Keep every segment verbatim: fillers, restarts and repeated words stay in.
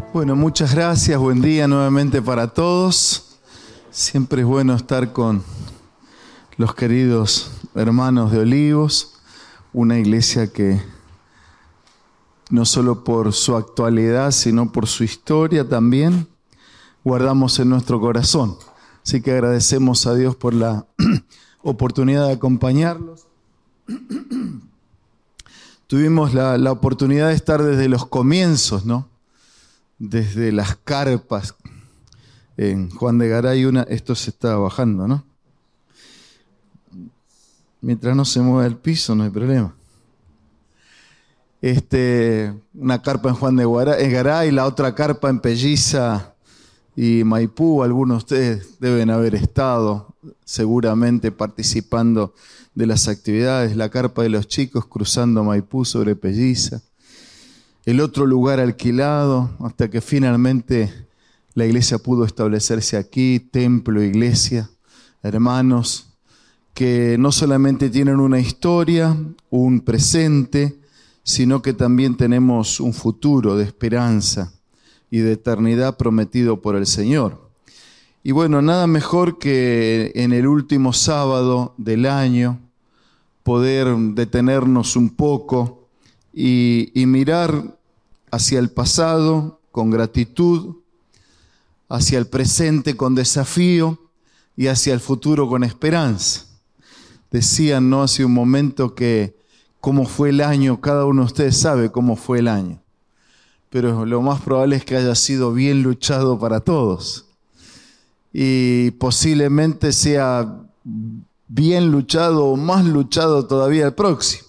Bueno, muchas gracias, buen día nuevamente para todos. Siempre es bueno estar con los queridos hermanos de Olivos, una iglesia que no solo por su actualidad, sino por su historia también, guardamos en nuestro corazón. Así que agradecemos a Dios por la oportunidad de acompañarlos. Tuvimos la, la oportunidad de estar desde los comienzos, ¿no? Desde las carpas en Juan de Garay, una, esto se está bajando, ¿no? Mientras no se mueva el piso, no hay problema. Este, una carpa en Juan de Garay, la otra carpa en Pelliza y Maipú. Algunos de ustedes deben haber estado seguramente participando de las actividades. La carpa de los chicos cruzando Maipú sobre Pelliza. El otro lugar alquilado, hasta que finalmente la iglesia pudo establecerse aquí, templo, iglesia, hermanos, que no solamente tienen una historia, un presente, sino que también tenemos un futuro de esperanza y de eternidad prometido por el Señor. Y bueno, nada mejor que en el último sábado del año poder detenernos un poco y, y mirar hacia el pasado con gratitud, hacia el presente con desafío y hacia el futuro con esperanza. Decían, ¿no?, hace un momento que cómo fue el año, cada uno de ustedes sabe cómo fue el año, pero lo más probable es que haya sido bien luchado para todos y posiblemente sea bien luchado o más luchado todavía el próximo.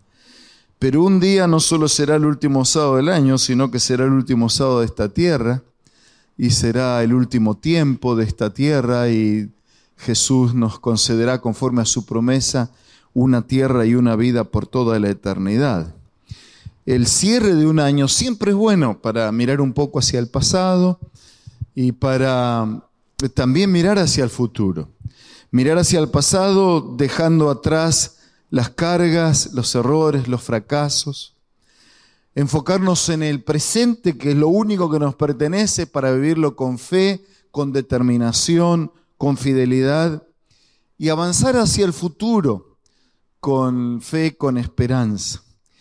Pero un día no solo será el último sábado del año, sino que será el último sábado de esta tierra y será el último tiempo de esta tierra y Jesús nos concederá conforme a su promesa una tierra y una vida por toda la eternidad. El cierre de un año siempre es bueno para mirar un poco hacia el pasado y para también mirar hacia el futuro. Mirar hacia el pasado dejando atrás las cargas, los errores, los fracasos. Enfocarnos en el presente, que es lo único que nos pertenece, para vivirlo con fe, con determinación, con fidelidad. Y avanzar hacia el futuro con fe, con esperanza.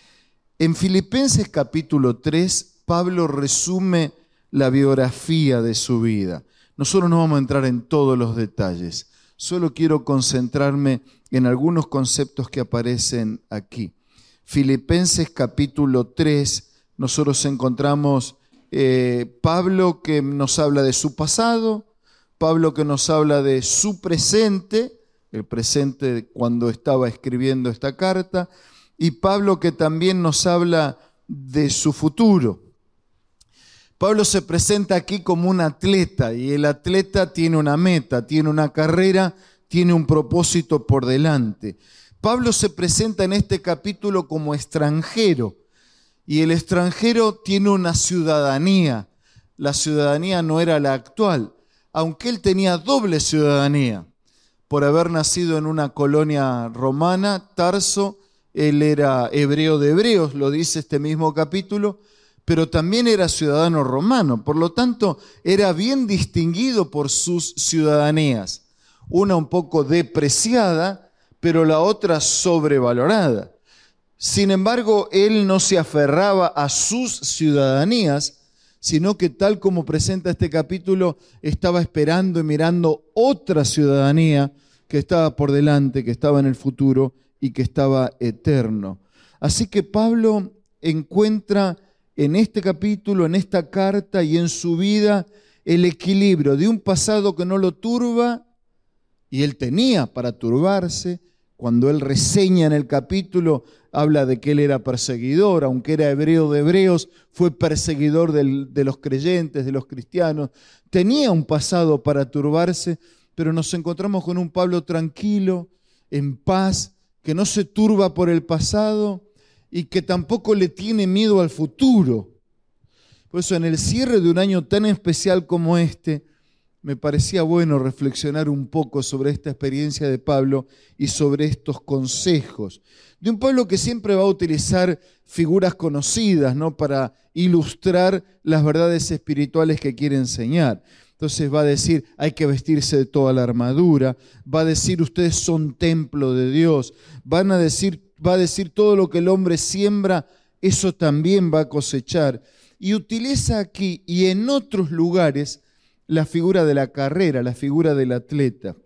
En Filipenses capítulo tres, Pablo resume la biografía de su vida. Nosotros no vamos a entrar en todos los detalles. Solo quiero concentrarme en algunos conceptos que aparecen aquí. Filipenses capítulo tres, nosotros encontramos eh, Pablo que nos habla de su pasado, Pablo que nos habla de su presente, el presente cuando estaba escribiendo esta carta, y Pablo que también nos habla de su futuro. Pablo se presenta aquí como un atleta y el atleta tiene una meta, tiene una carrera, tiene un propósito por delante. Pablo se presenta en este capítulo como extranjero y el extranjero tiene una ciudadanía. La ciudadanía no era la actual, aunque él tenía doble ciudadanía. Por haber nacido en una colonia romana, Tarso, él era hebreo de hebreos, lo dice este mismo capítulo, pero también era ciudadano romano, por lo tanto era bien distinguido por sus ciudadanías, una un poco depreciada, pero la otra sobrevalorada. Sin embargo, él no se aferraba a sus ciudadanías, sino que tal como presenta este capítulo, estaba esperando y mirando otra ciudadanía que estaba por delante, que estaba en el futuro y que estaba eterno. Así que Pablo encuentra en este capítulo, en esta carta y en su vida, el equilibrio de un pasado que no lo turba, y él tenía para turbarse. Cuando él reseña en el capítulo, habla de que él era perseguidor, aunque era hebreo de hebreos, fue perseguidor del, de los creyentes, de los cristianos. Tenía un pasado para turbarse, pero nos encontramos con un Pablo tranquilo, en paz, que no se turba por el pasado, y que tampoco le tiene miedo al futuro. Por eso en el cierre de un año tan especial como este, me parecía bueno reflexionar un poco sobre esta experiencia de Pablo y sobre estos consejos. De un Pablo que siempre va a utilizar figuras conocidas, ¿no?, para ilustrar las verdades espirituales que quiere enseñar. Entonces va a decir, hay que vestirse de toda la armadura, va a decir, ustedes son templo de Dios, van a decir, va a decir todo lo que el hombre siembra, eso también va a cosechar. Y utiliza aquí y en otros lugares la figura de la carrera, la figura del atleta.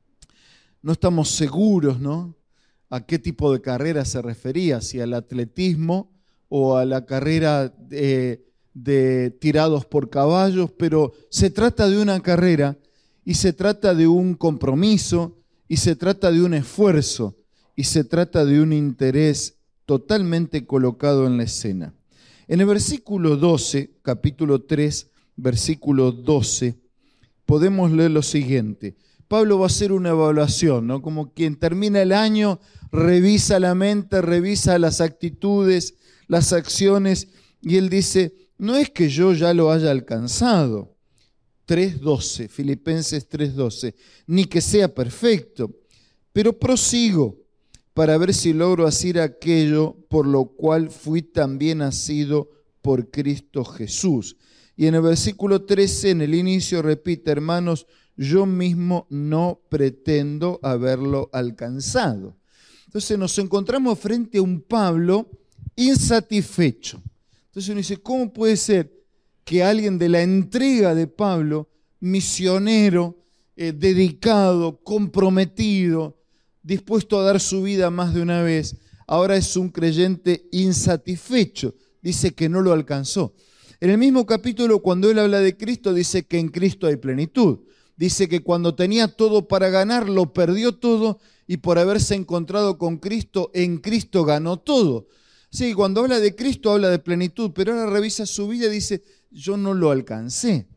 No estamos seguros, ¿no?, a qué tipo de carrera se refería, si al atletismo o a la carrera de, de tirados por caballos, pero se trata de una carrera y se trata de un compromiso y se trata de un esfuerzo y se trata de un interés totalmente colocado en la escena. En el versículo doce, capítulo tres, versículo doce, podemos leer lo siguiente. Pablo va a hacer una evaluación, ¿no? Como quien termina el año, revisa la mente, revisa las actitudes, las acciones, y él dice, no es que yo ya lo haya alcanzado, tres doce, Filipenses tres doce, ni que sea perfecto, pero prosigo para ver si logro hacer aquello por lo cual fui también nacido por Cristo Jesús. Y en el versículo trece, en el inicio, repite, hermanos, yo mismo no pretendo haberlo alcanzado. Entonces nos encontramos frente a un Pablo insatisfecho. Entonces uno dice, ¿cómo puede ser que alguien de la entrega de Pablo, misionero, eh, dedicado, comprometido, dispuesto a dar su vida más de una vez, ahora es un creyente insatisfecho? Dice que no lo alcanzó. En el mismo capítulo, cuando él habla de Cristo, dice que en Cristo hay plenitud. Dice que cuando tenía todo para ganar, lo perdió todo, y por haberse encontrado con Cristo, en Cristo ganó todo. Sí, cuando habla de Cristo habla de plenitud, pero ahora revisa su vida y dice, yo no lo alcancé.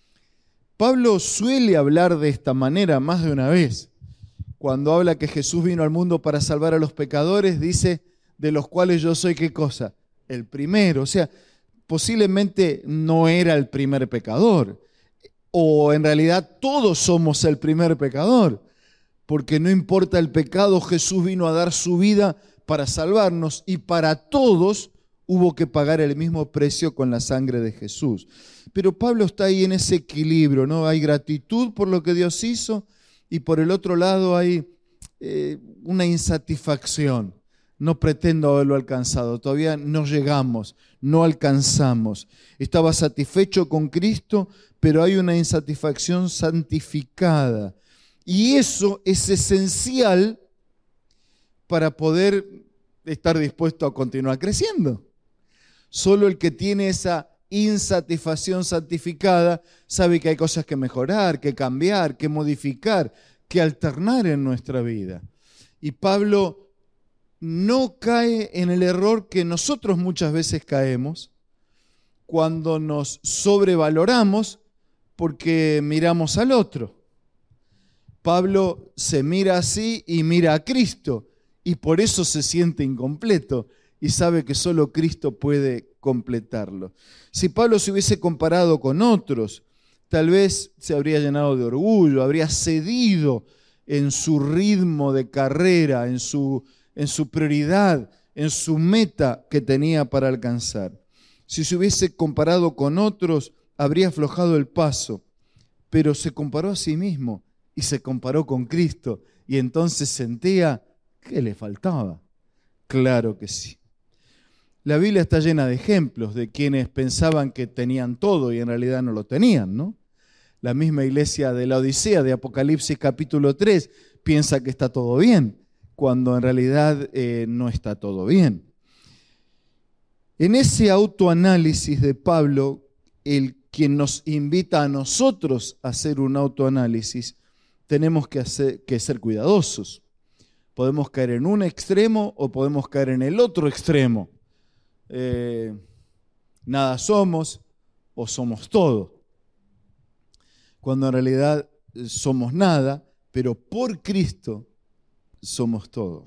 Pablo suele hablar de esta manera más de una vez. Cuando habla que Jesús vino al mundo para salvar a los pecadores, dice, de los cuales yo soy, ¿qué cosa? El primero. O sea, posiblemente no era el primer pecador. O en realidad todos somos el primer pecador, porque no importa el pecado, Jesús vino a dar su vida para salvarnos y para todos hubo que pagar el mismo precio con la sangre de Jesús. Pero Pablo está ahí en ese equilibrio, ¿no? Hay gratitud por lo que Dios hizo y por el otro lado hay eh, una insatisfacción. No pretendo haberlo alcanzado, todavía no llegamos, no alcanzamos. Estaba satisfecho con Cristo, pero hay una insatisfacción santificada. Y eso es esencial para poder estar dispuesto a continuar creciendo. Solo el que tiene esa insatisfacción santificada sabe que hay cosas que mejorar, que cambiar, que modificar, que alternar en nuestra vida. Y Pablo no cae en el error que nosotros muchas veces caemos cuando nos sobrevaloramos porque miramos al otro. Pablo se mira así y mira a Cristo y por eso se siente incompleto y sabe que solo Cristo puede completarlo. Si Pablo se hubiese comparado con otros, tal vez se habría llenado de orgullo, habría cedido en su ritmo de carrera, en su en su prioridad, en su meta que tenía para alcanzar. Si se hubiese comparado con otros, habría aflojado el paso, pero se comparó a sí mismo y se comparó con Cristo y entonces sentía que le faltaba. Claro que sí. La Biblia está llena de ejemplos de quienes pensaban que tenían todo y en realidad no lo tenían, ¿no? La misma iglesia de la Odisea de Apocalipsis capítulo tres piensa que está todo bien, cuando en realidad eh, no está todo bien. En ese autoanálisis de Pablo, el quien nos invita a nosotros a hacer un autoanálisis, tenemos que, hacer, que ser cuidadosos. Podemos caer en un extremo o podemos caer en el otro extremo. Eh, nada somos o somos todo. Cuando en realidad somos nada, pero por Cristo somos todo.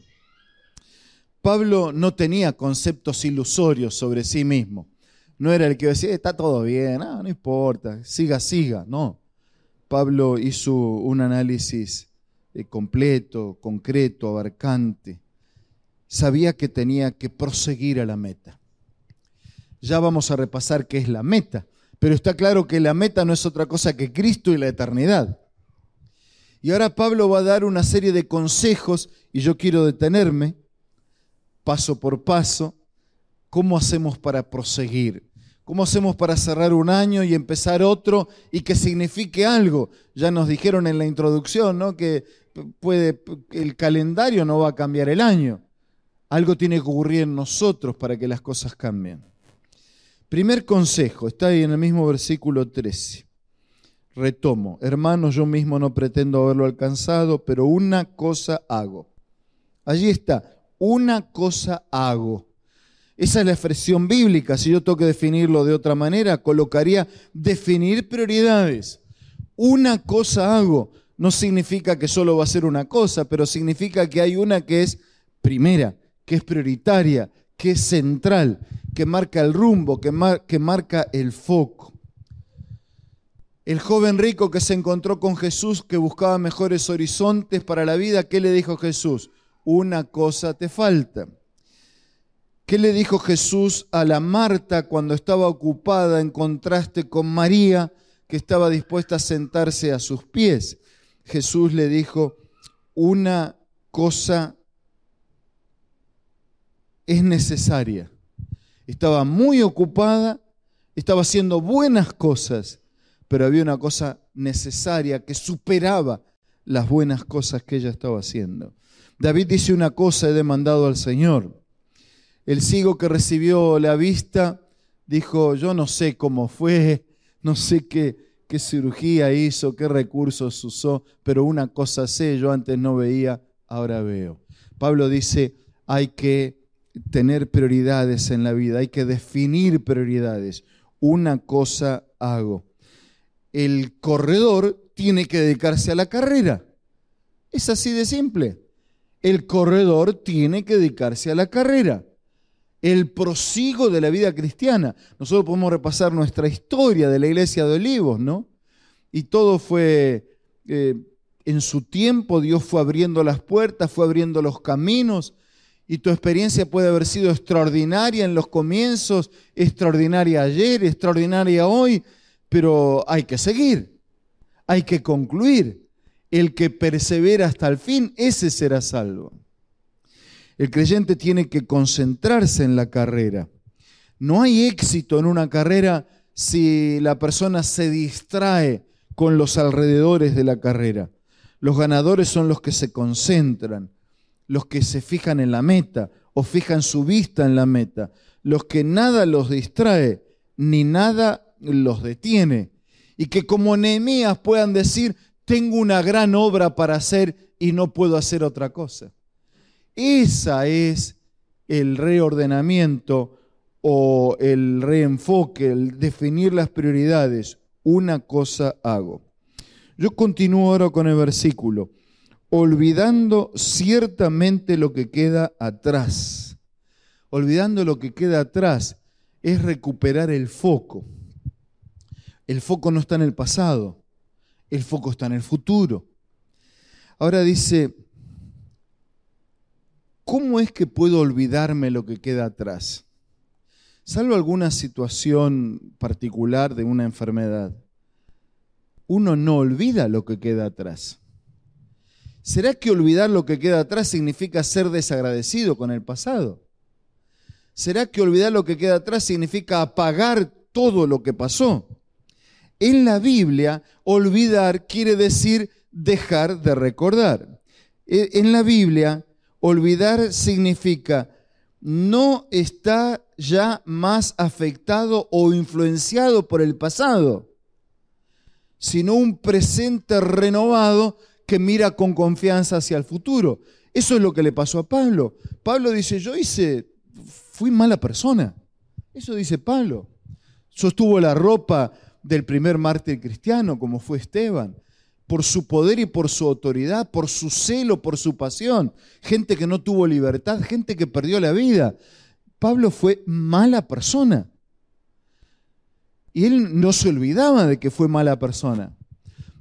Pablo no tenía conceptos ilusorios sobre sí mismo. No era el que decía, está todo bien, no, no importa, siga, siga. No. Pablo hizo un análisis eh, completo, concreto, abarcante. Sabía que tenía que proseguir a la meta. Ya vamos a repasar qué es la meta, pero está claro que la meta no es otra cosa que Cristo y la eternidad. Y ahora Pablo va a dar una serie de consejos, y yo quiero detenerme, paso por paso, cómo hacemos para proseguir, cómo hacemos para cerrar un año y empezar otro y que signifique algo. Ya nos dijeron en la introducción, ¿no?, que puede, el calendario no va a cambiar el año. Algo tiene que ocurrir en nosotros para que las cosas cambien. Primer consejo, está ahí en el mismo versículo trece. Retomo, hermanos, yo mismo no pretendo haberlo alcanzado, pero una cosa hago. Allí está, una cosa hago. Esa es la expresión bíblica. Si yo tengo que definirlo de otra manera, colocaría definir prioridades. Una cosa hago. No significa que solo va a ser una cosa, pero significa que hay una que es primera, que es prioritaria, que es central, que marca el rumbo, que, mar- que marca el foco. El joven rico que se encontró con Jesús, que buscaba mejores horizontes para la vida, ¿qué le dijo Jesús? Una cosa te falta. ¿Qué le dijo Jesús a la Marta cuando estaba ocupada en contraste con María, que estaba dispuesta a sentarse a sus pies? Jesús le dijo, una cosa es necesaria. Estaba muy ocupada, estaba haciendo buenas cosas, pero había una cosa necesaria que superaba las buenas cosas que ella estaba haciendo. David dice, una cosa he demandado al Señor. El ciego que recibió la vista dijo, yo no sé cómo fue, no sé qué, qué cirugía hizo, qué recursos usó, pero una cosa sé, yo antes no veía, ahora veo. Pablo dice, hay que tener prioridades en la vida, hay que definir prioridades. Una cosa hago. El corredor tiene que dedicarse a la carrera. Es así de simple. El corredor tiene que dedicarse a la carrera. El prosigo de la vida cristiana. Nosotros podemos repasar nuestra historia de la iglesia de Olivos, ¿no? Y todo fue, eh, en su tiempo, Dios fue abriendo las puertas, fue abriendo los caminos, y tu experiencia puede haber sido extraordinaria en los comienzos, extraordinaria ayer, extraordinaria hoy, pero hay que seguir, hay que concluir. El que persevera hasta el fin, ese será salvo. El creyente tiene que concentrarse en la carrera. No hay éxito en una carrera si la persona se distrae con los alrededores de la carrera. Los ganadores son los que se concentran, los que se fijan en la meta o fijan su vista en la meta, los que nada los distrae ni nada los detiene. Y que como Nehemías puedan decir, tengo una gran obra para hacer y no puedo hacer otra cosa. Esa es el reordenamiento o el reenfoque, el definir las prioridades. Una cosa hago. Yo continúo ahora con el versículo. Olvidando ciertamente lo que queda atrás. Olvidando lo que queda atrás es recuperar el foco. El foco no está en el pasado, el foco está en el futuro. Ahora dice, ¿cómo es que puedo olvidarme lo que queda atrás? Salvo alguna situación particular de una enfermedad, uno no olvida lo que queda atrás. ¿Será que olvidar lo que queda atrás significa ser desagradecido con el pasado? ¿Será que olvidar lo que queda atrás significa apagar todo lo que pasó? En la Biblia, olvidar quiere decir dejar de recordar. En la Biblia, olvidar significa no está ya más afectado o influenciado por el pasado, sino un presente renovado que mira con confianza hacia el futuro. Eso es lo que le pasó a Pablo. Pablo dice, yo hice, fui mala persona. Eso dice Pablo. Sostuvo la ropa del primer mártir cristiano, como fue Esteban, por su poder y por su autoridad, por su celo, por su pasión. Gente que no tuvo libertad, gente que perdió la vida. Pablo fue mala persona. Y él no se olvidaba de que fue mala persona.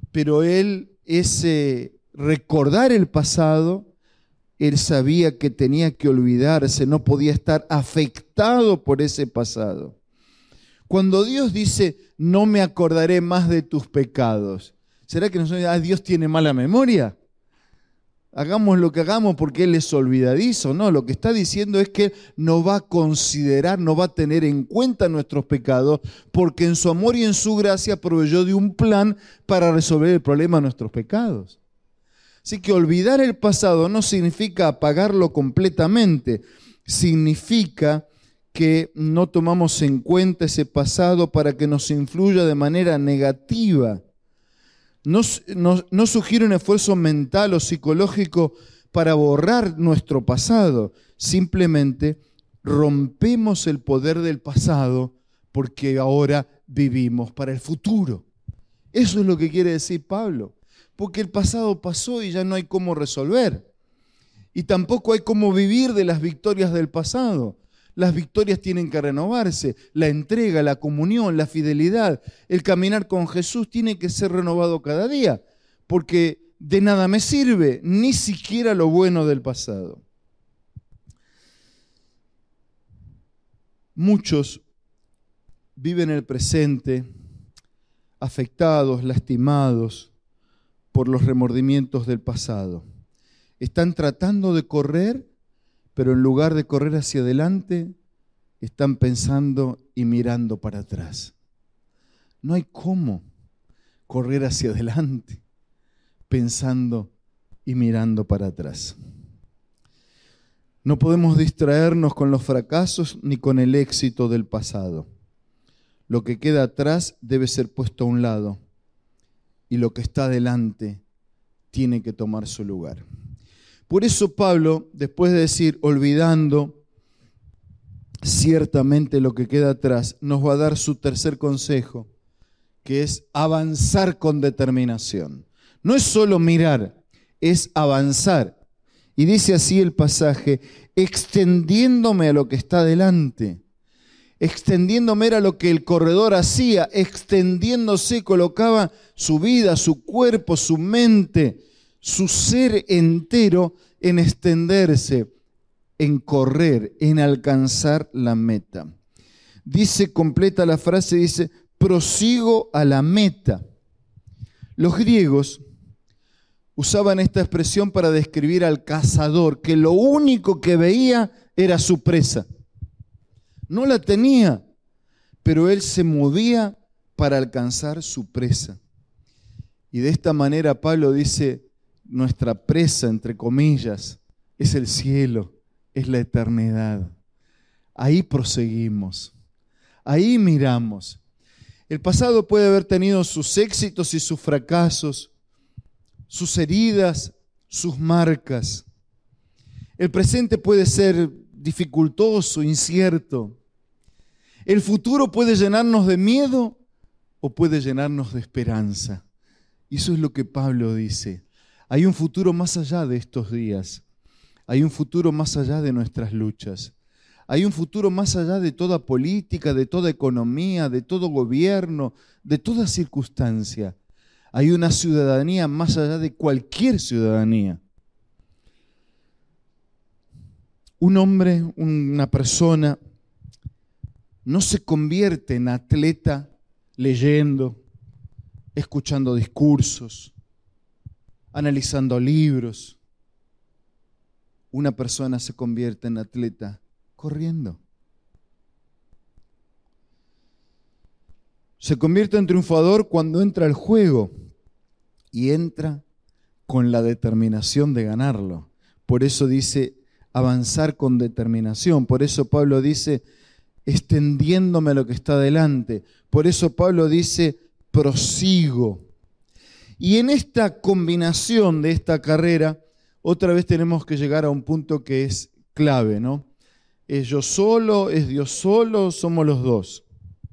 pero él, ese recordar el pasado, él sabía que tenía que olvidarse, no podía estar afectado por ese pasado. Cuando Dios dice, no me acordaré más de tus pecados, ¿será que nosotros, ah, Dios tiene mala memoria? Hagamos lo que hagamos porque Él es olvidadizo. No, lo que está diciendo es que no va a considerar, no va a tener en cuenta nuestros pecados, porque en su amor y en su gracia proveyó de un plan para resolver el problema de nuestros pecados. Así que olvidar el pasado no significa apagarlo completamente, significa que no tomamos en cuenta ese pasado para que nos influya de manera negativa. No, no, no sugiere un esfuerzo mental o psicológico para borrar nuestro pasado. Simplemente rompemos el poder del pasado porque ahora vivimos para el futuro. Eso es lo que quiere decir Pablo. Porque el pasado pasó y ya no hay cómo resolver. Y tampoco hay cómo vivir de las victorias del pasado. Las victorias tienen que renovarse. La entrega, la comunión, la fidelidad, el caminar con Jesús tiene que ser renovado cada día. Porque de nada me sirve, ni siquiera lo bueno del pasado. Muchos viven el presente afectados, lastimados por los remordimientos del pasado. Están tratando de correr, pero en lugar de correr hacia adelante, están pensando y mirando para atrás. No hay cómo correr hacia adelante, pensando y mirando para atrás. No podemos distraernos con los fracasos ni con el éxito del pasado. Lo que queda atrás debe ser puesto a un lado. Y lo que está adelante tiene que tomar su lugar. Por eso Pablo, después de decir, olvidando ciertamente lo que queda atrás, nos va a dar su tercer consejo, que es avanzar con determinación. No es solo mirar, es avanzar. Y dice así el pasaje, extendiéndome a lo que está adelante. Extendiéndome era lo que el corredor hacía, extendiéndose, colocaba su vida, su cuerpo, su mente, su ser entero en extenderse, en correr, en alcanzar la meta. Dice, completa la frase, dice, prosigo a la meta. Los griegos usaban esta expresión para describir al cazador, que lo único que veía era su presa. No la tenía, pero él se movía para alcanzar su presa. Y de esta manera Pablo dice, nuestra presa, entre comillas, es el cielo, es la eternidad. Ahí proseguimos, ahí miramos. El pasado puede haber tenido sus éxitos y sus fracasos, sus heridas, sus marcas. El presente puede ser dificultoso, incierto. El futuro puede llenarnos de miedo o puede llenarnos de esperanza. Y eso es lo que Pablo dice. Hay un futuro más allá de estos días. Hay un futuro más allá de nuestras luchas. Hay un futuro más allá de toda política, de toda economía, de todo gobierno, de toda circunstancia. Hay una ciudadanía más allá de cualquier ciudadanía. Un hombre, una persona, no se convierte en atleta leyendo, escuchando discursos, analizando libros. Una persona se convierte en atleta corriendo. Se convierte en triunfador cuando entra al juego y entra con la determinación de ganarlo. Por eso dice avanzar con determinación. Por eso Pablo dice extendiéndome a lo que está delante. Por eso Pablo dice prosigo. Y en esta combinación de esta carrera, otra vez tenemos que llegar a un punto que es clave, ¿no? ¿Es yo solo? ¿Es Dios solo? ¿Somos los dos?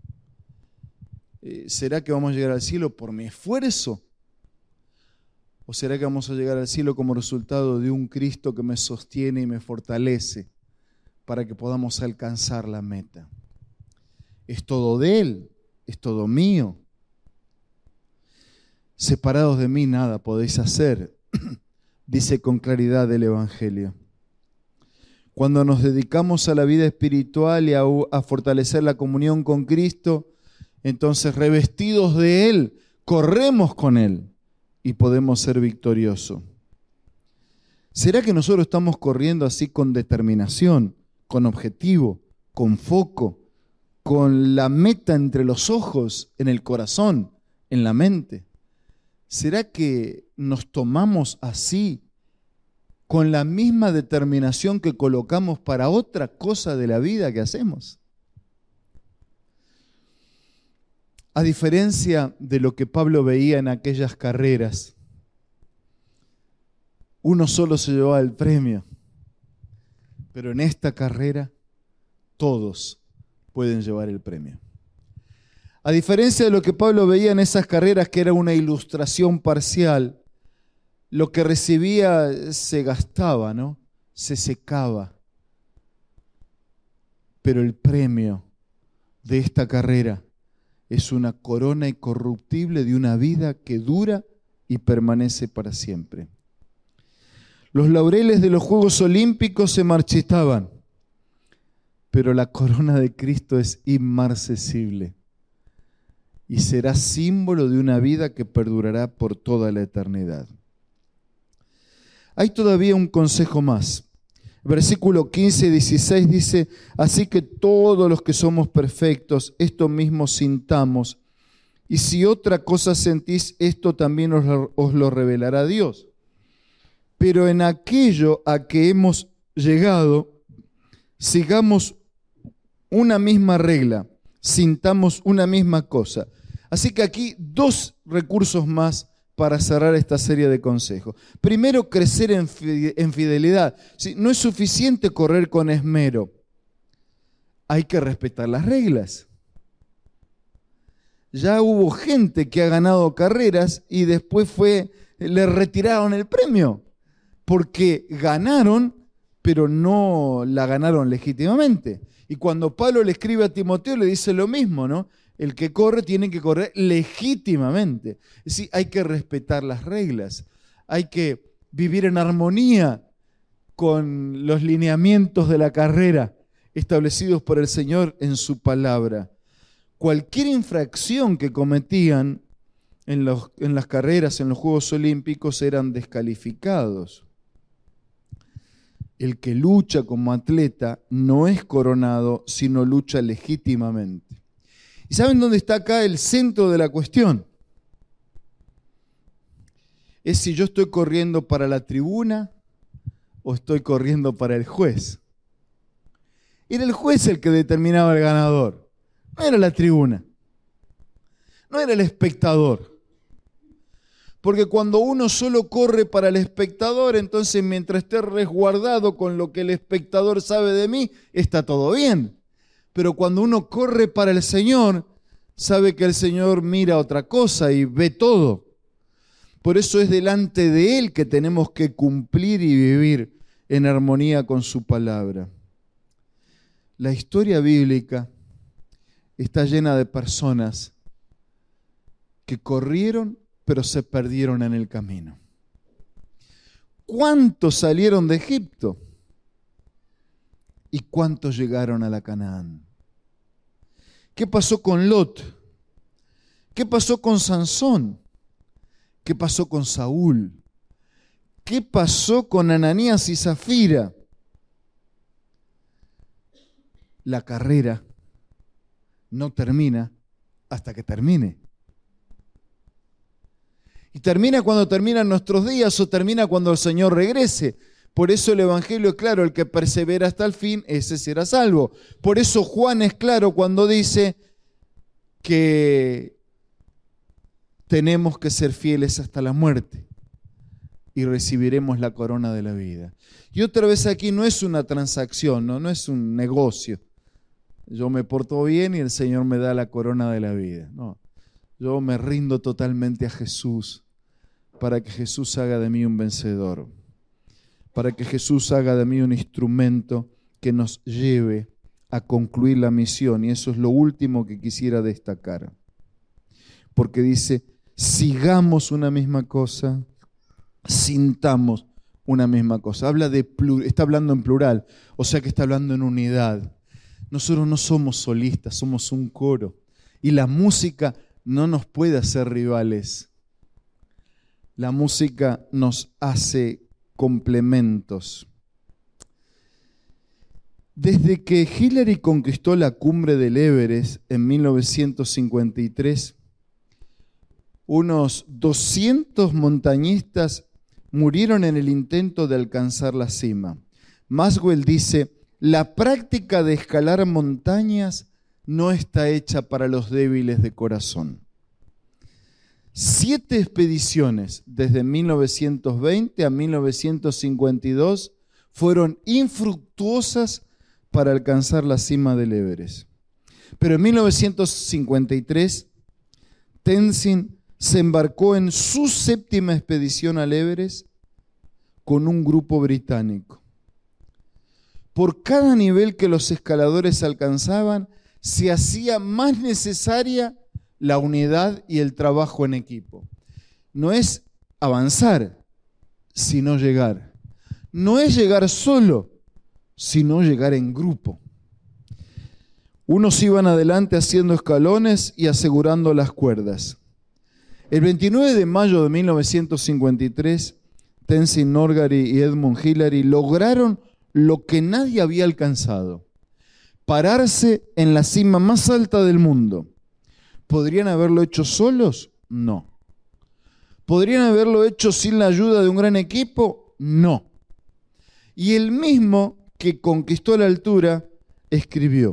¿Será que vamos a llegar al cielo por mi esfuerzo? ¿O será que vamos a llegar al cielo como resultado de un Cristo que me sostiene y me fortalece para que podamos alcanzar la meta? ¿Es todo de Él? ¿Es todo mío? Separados de mí nada podéis hacer, dice con claridad el Evangelio. Cuando nos dedicamos a la vida espiritual y a, a fortalecer la comunión con Cristo, entonces revestidos de Él, corremos con Él y podemos ser victoriosos. ¿Será que nosotros estamos corriendo así con determinación, con objetivo, con foco, con la meta entre los ojos, en el corazón, en la mente? ¿Será que nos tomamos así, con la misma determinación que colocamos para otra cosa de la vida que hacemos? A diferencia de lo que Pablo veía en aquellas carreras, uno solo se llevaba el premio, pero en esta carrera todos pueden llevar el premio. A diferencia de lo que Pablo veía en esas carreras, que era una ilustración parcial, lo que recibía se gastaba, ¿no? Se secaba. Pero el premio de esta carrera es una corona incorruptible de una vida que dura y permanece para siempre. Los laureles de los Juegos Olímpicos se marchitaban, pero la corona de Cristo es inmarcesible y será símbolo de una vida que perdurará por toda la eternidad. Hay todavía un consejo más. Versículo quince y dieciséis dice: así que todos los que somos perfectos, esto mismo sintamos, y si otra cosa sentís, esto también os lo, os lo revelará Dios. Pero en aquello a que hemos llegado, sigamos una misma regla, sintamos una misma cosa. Así que aquí dos recursos más para cerrar esta serie de consejos. Primero, crecer en fidelidad. ¿Sí? No es suficiente correr con esmero. Hay que respetar las reglas. Ya hubo gente que ha ganado carreras y después fue, le retiraron el premio, porque ganaron, pero no la ganaron legítimamente. Y cuando Pablo le escribe a Timoteo, le dice lo mismo, ¿no? El que corre tiene que correr legítimamente. Es decir, hay que respetar las reglas. Hay que vivir en armonía con los lineamientos de la carrera establecidos por el Señor en su palabra. Cualquier infracción que cometían en, los, en las carreras, en los Juegos Olímpicos, eran descalificados. El que lucha como atleta no es coronado, sino lucha legítimamente. ¿Y saben dónde está acá el centro de la cuestión? Es si yo estoy corriendo para la tribuna o estoy corriendo para el juez. Era el juez el que determinaba el ganador, no era la tribuna, no era el espectador. Porque cuando uno solo corre para el espectador, entonces mientras esté resguardado con lo que el espectador sabe de mí, está todo bien. Pero cuando uno corre para el Señor, sabe que el Señor mira otra cosa y ve todo. Por eso es delante de Él que tenemos que cumplir y vivir en armonía con su palabra. La historia bíblica está llena de personas que corrieron, pero se perdieron en el camino. ¿Cuántos salieron de Egipto? ¿Y cuántos llegaron a la Canaán? ¿Qué pasó con Lot? ¿Qué pasó con Sansón? ¿Qué pasó con Saúl? ¿Qué pasó con Ananías y Zafira? La carrera no termina hasta que termine. Y termina cuando terminan nuestros días o termina cuando el Señor regrese. Por eso el Evangelio es claro: el que persevera hasta el fin, ese será salvo. Por eso Juan es claro cuando dice que tenemos que ser fieles hasta la muerte y recibiremos la corona de la vida. Y otra vez aquí no es una transacción, no, no es un negocio. Yo me porto bien y el Señor me da la corona de la vida. No, yo me rindo totalmente a Jesús para que Jesús haga de mí un vencedor, para que Jesús haga de mí un instrumento que nos lleve a concluir la misión. Y eso es lo último que quisiera destacar. Porque dice, sigamos una misma cosa, sintamos una misma cosa. Habla de plur- está hablando en plural, o sea que está hablando en unidad. Nosotros no somos solistas, somos un coro. Y la música no nos puede hacer rivales. La música nos hace complementos. Desde que Hillary conquistó la cumbre del Everest en mil novecientos cincuenta y tres, unos doscientos montañistas murieron en el intento de alcanzar la cima. Maxwell dice: la práctica de escalar montañas no está hecha para los débiles de corazón. Siete expediciones desde mil novecientos veinte a mil novecientos cincuenta y dos fueron infructuosas para alcanzar la cima del Everest. Pero en mil novecientos cincuenta y tres, Tenzin se embarcó en su séptima expedición al Everest con un grupo británico. Por cada nivel que los escaladores alcanzaban, se hacía más necesaria la unidad y el trabajo en equipo. No es avanzar, sino llegar. No es llegar solo, sino llegar en grupo. Unos iban adelante haciendo escalones y asegurando las cuerdas. El veintinueve de mayo de mil novecientos cincuenta y tres, Tenzin Norgay y Edmund Hillary lograron lo que nadie había alcanzado: pararse en la cima más alta del mundo. ¿Podrían haberlo hecho solos? No. ¿Podrían haberlo hecho sin la ayuda de un gran equipo? No. Y el mismo que conquistó la altura escribió: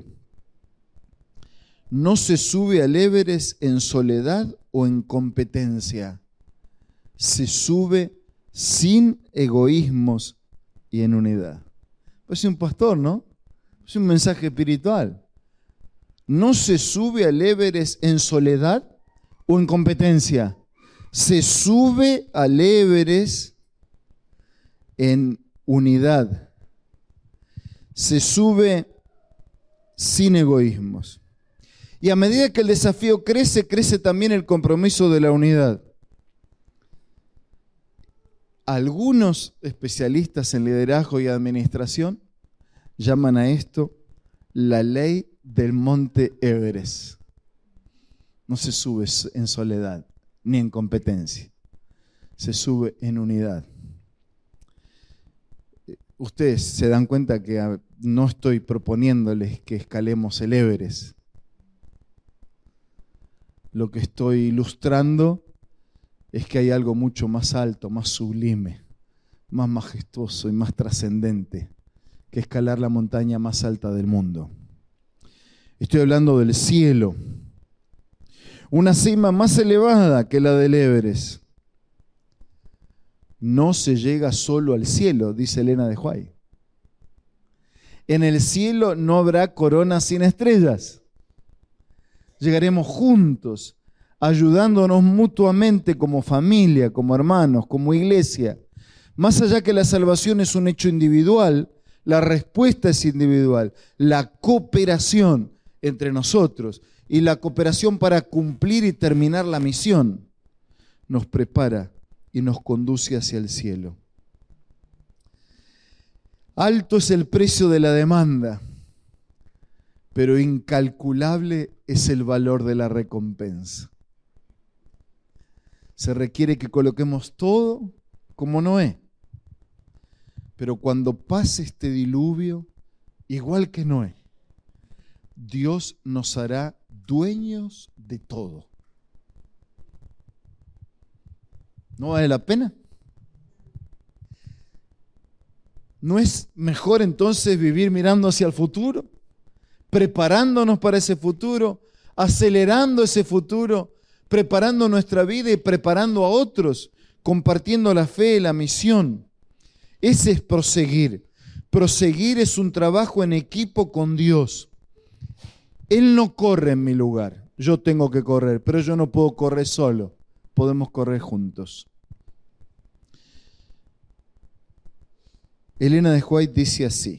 no se sube al Everest en soledad o en competencia. Se sube sin egoísmos y en unidad. Pues es un pastor, ¿no? Es un mensaje espiritual. No se sube al Everest en soledad o en competencia. Se sube al Everest en unidad. Se sube sin egoísmos. Y a medida que el desafío crece, crece también el compromiso de la unidad. Algunos especialistas en liderazgo y administración llaman a esto la ley del monte Everest. No se sube en soledad ni en competencia, se sube en unidad. Ustedes se dan cuenta que no estoy proponiéndoles que escalemos el Everest. Lo que estoy ilustrando es que hay algo mucho más alto, más sublime, más majestuoso y más trascendente que escalar la montaña más alta del mundo. Estoy hablando del cielo, una cima más elevada que la del Everest. No se llega solo al cielo, dice Elena de White. En el cielo no habrá coronas sin estrellas. Llegaremos juntos, ayudándonos mutuamente como familia, como hermanos, como iglesia. Más allá que la salvación es un hecho individual, la respuesta es individual. La cooperación entre nosotros y la cooperación para cumplir y terminar la misión nos prepara y nos conduce hacia el cielo. Alto es el precio de la demanda, pero incalculable es el valor de la recompensa. Se requiere que coloquemos todo como Noé. Pero cuando pase este diluvio, igual que Noé, Dios nos hará dueños de todo. ¿No vale la pena? ¿No es mejor entonces vivir mirando hacia el futuro? Preparándonos para ese futuro, acelerando ese futuro, preparando nuestra vida y preparando a otros, compartiendo la fe y la misión. Ese es proseguir. Proseguir es un trabajo en equipo con Dios. Él no corre en mi lugar, yo tengo que correr, pero yo no puedo correr solo, podemos correr juntos. Elena de White dice así: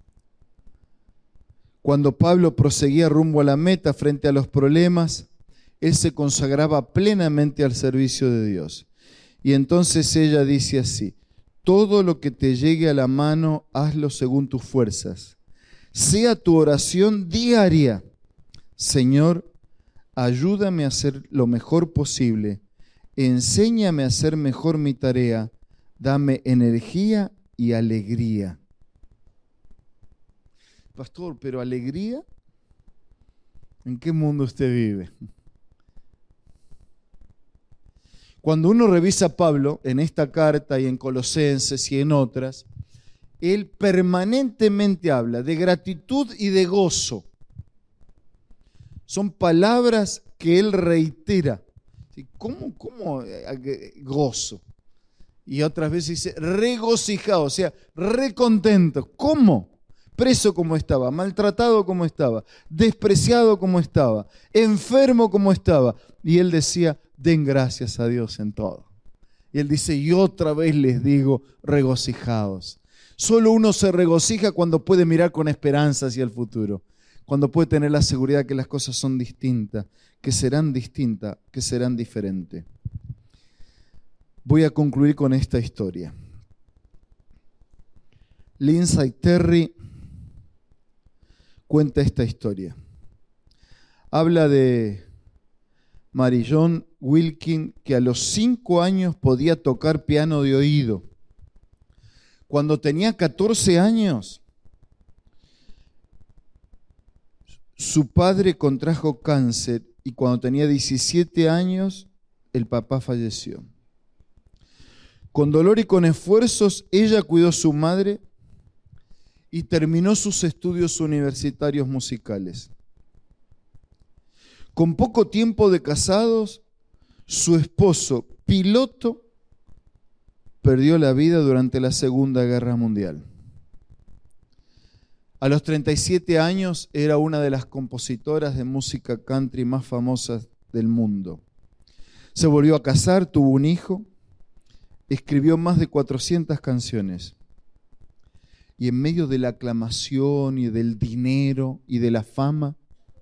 cuando Pablo proseguía rumbo a la meta frente a los problemas, él se consagraba plenamente al servicio de Dios. Y entonces ella dice así: todo lo que te llegue a la mano, hazlo según tus fuerzas. Sea tu oración diaria: Señor, ayúdame a hacer lo mejor posible. Enséñame a hacer mejor mi tarea. Dame energía y alegría. Pastor, ¿pero alegría? ¿En qué mundo usted vive? Cuando uno revisa a Pablo en esta carta y en Colosenses y en otras, él permanentemente habla de gratitud y de gozo. Son palabras que él reitera. ¿Cómo, cómo gozo? Y otras veces dice regocijado, o sea, recontento. ¿Cómo? Preso como estaba, maltratado como estaba, despreciado como estaba, enfermo como estaba. Y él decía: den gracias a Dios en todo. Y él dice: y otra vez les digo, regocijaos. Solo uno se regocija cuando puede mirar con esperanza hacia el futuro, cuando puede tener la seguridad que las cosas son distintas, que serán distintas, que serán diferentes. Voy a concluir con esta historia. Lindsay Terry cuenta esta historia. Habla de Marijohn Wilkin, que a los cinco años podía tocar piano de oído. Cuando tenía catorce años, su padre contrajo cáncer y cuando tenía diecisiete años, el papá falleció. Con dolor y con esfuerzos, ella cuidó a su madre y terminó sus estudios universitarios musicales. Con poco tiempo de casados, su esposo, piloto, perdió la vida durante la Segunda Guerra Mundial. A los treinta y siete años era una de las compositoras de música country más famosas del mundo. Se volvió a casar, tuvo un hijo, escribió más de cuatrocientas canciones. Y en medio de la aclamación y del dinero y de la fama,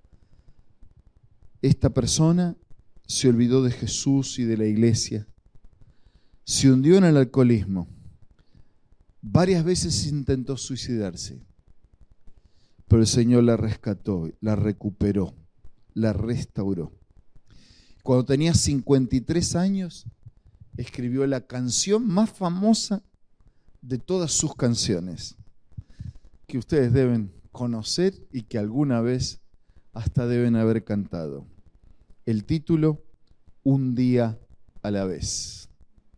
esta persona se olvidó de Jesús y de la iglesia. Se hundió en el alcoholismo. Varias veces intentó suicidarse. Pero el Señor la rescató, la recuperó, la restauró. Cuando tenía cincuenta y tres años, escribió la canción más famosa de todas sus canciones, que ustedes deben conocer y que alguna vez hasta deben haber cantado. El título: Un día a la vez.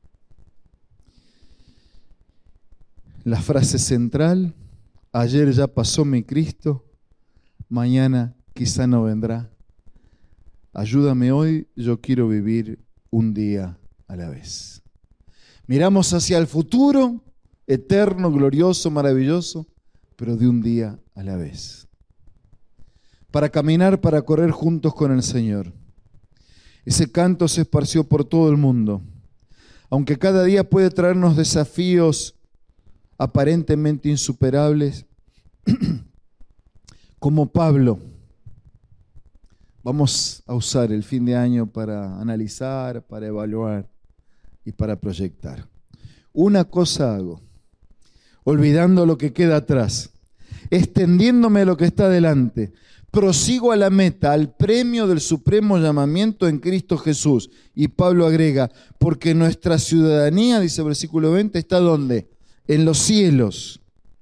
La frase central: ayer ya pasó mi Cristo, mañana quizá no vendrá. Ayúdame hoy, yo quiero vivir un día a la vez. Miramos hacia el futuro, eterno, glorioso, maravilloso, pero de un día a la vez. Para caminar, para correr juntos con el Señor. Ese canto se esparció por todo el mundo. Aunque cada día puede traernos desafíos aparentemente insuperables, como Pablo, vamos a usar el fin de año para analizar, para evaluar y para proyectar. Una cosa hago, olvidando lo que queda atrás, extendiéndome a lo que está delante, prosigo a la meta, al premio del supremo llamamiento en Cristo Jesús. Y Pablo agrega: porque nuestra ciudadanía, dice el versículo veinte, ¿está dónde? En los cielos.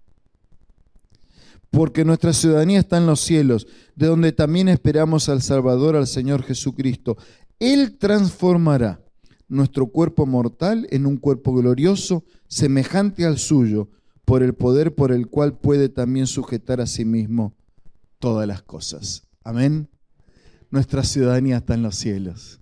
Porque nuestra ciudadanía está en los cielos, de donde también esperamos al Salvador, al Señor Jesucristo. Él transformará nuestro cuerpo mortal en un cuerpo glorioso, semejante al suyo, por el poder por el cual puede también sujetar a sí mismo todas las cosas. Amén. Nuestra ciudadanía está en los cielos.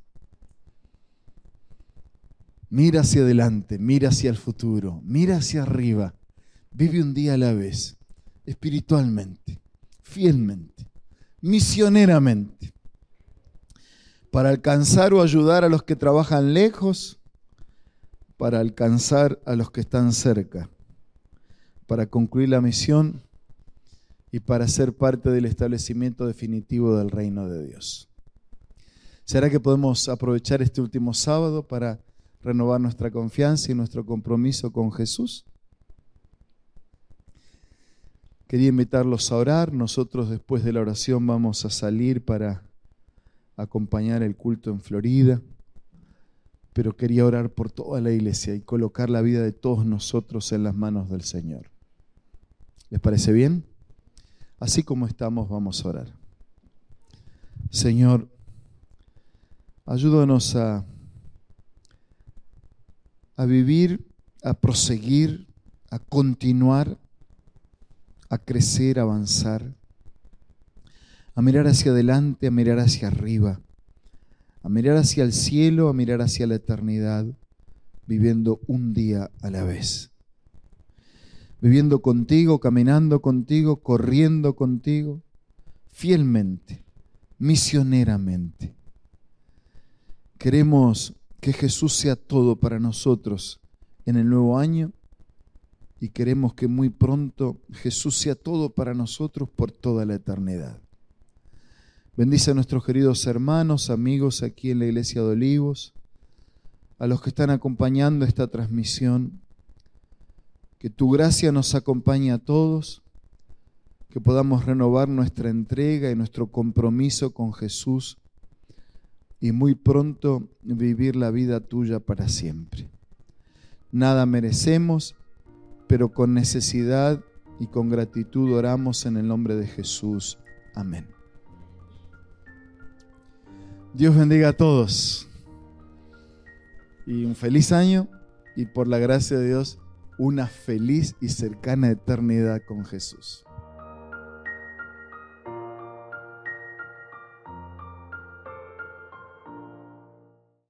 Mira hacia adelante, mira hacia el futuro, mira hacia arriba. Vive un día a la vez, espiritualmente, fielmente, misioneramente, para alcanzar o ayudar a los que trabajan lejos, para alcanzar a los que están cerca, para concluir la misión y para ser parte del establecimiento definitivo del reino de Dios. ¿Será que podemos aprovechar este último sábado para renovar nuestra confianza y nuestro compromiso con Jesús? Quería invitarlos a orar. Nosotros después de la oración vamos a salir para acompañar el culto en Florida. Pero quería orar por toda la iglesia y colocar la vida de todos nosotros en las manos del Señor. ¿Les parece bien? Así como estamos, vamos a orar. Señor, ayúdanos a, a vivir, a proseguir, a continuar, a crecer, a avanzar, a mirar hacia adelante, a mirar hacia arriba, a mirar hacia el cielo, a mirar hacia la eternidad, viviendo un día a la vez. Viviendo contigo, caminando contigo, corriendo contigo, fielmente, misioneramente. Queremos que Jesús sea todo para nosotros en el nuevo año y queremos que muy pronto Jesús sea todo para nosotros por toda la eternidad. Bendice a nuestros queridos hermanos, amigos aquí en la Iglesia de Olivos, a los que están acompañando esta transmisión. Que tu gracia nos acompañe a todos, que podamos renovar nuestra entrega y nuestro compromiso con Jesús y muy pronto vivir la vida tuya para siempre. Nada merecemos, pero con necesidad y con gratitud oramos en el nombre de Jesús. Amén. Dios bendiga a todos y un feliz año y por la gracia de Dios una feliz y cercana eternidad con Jesús.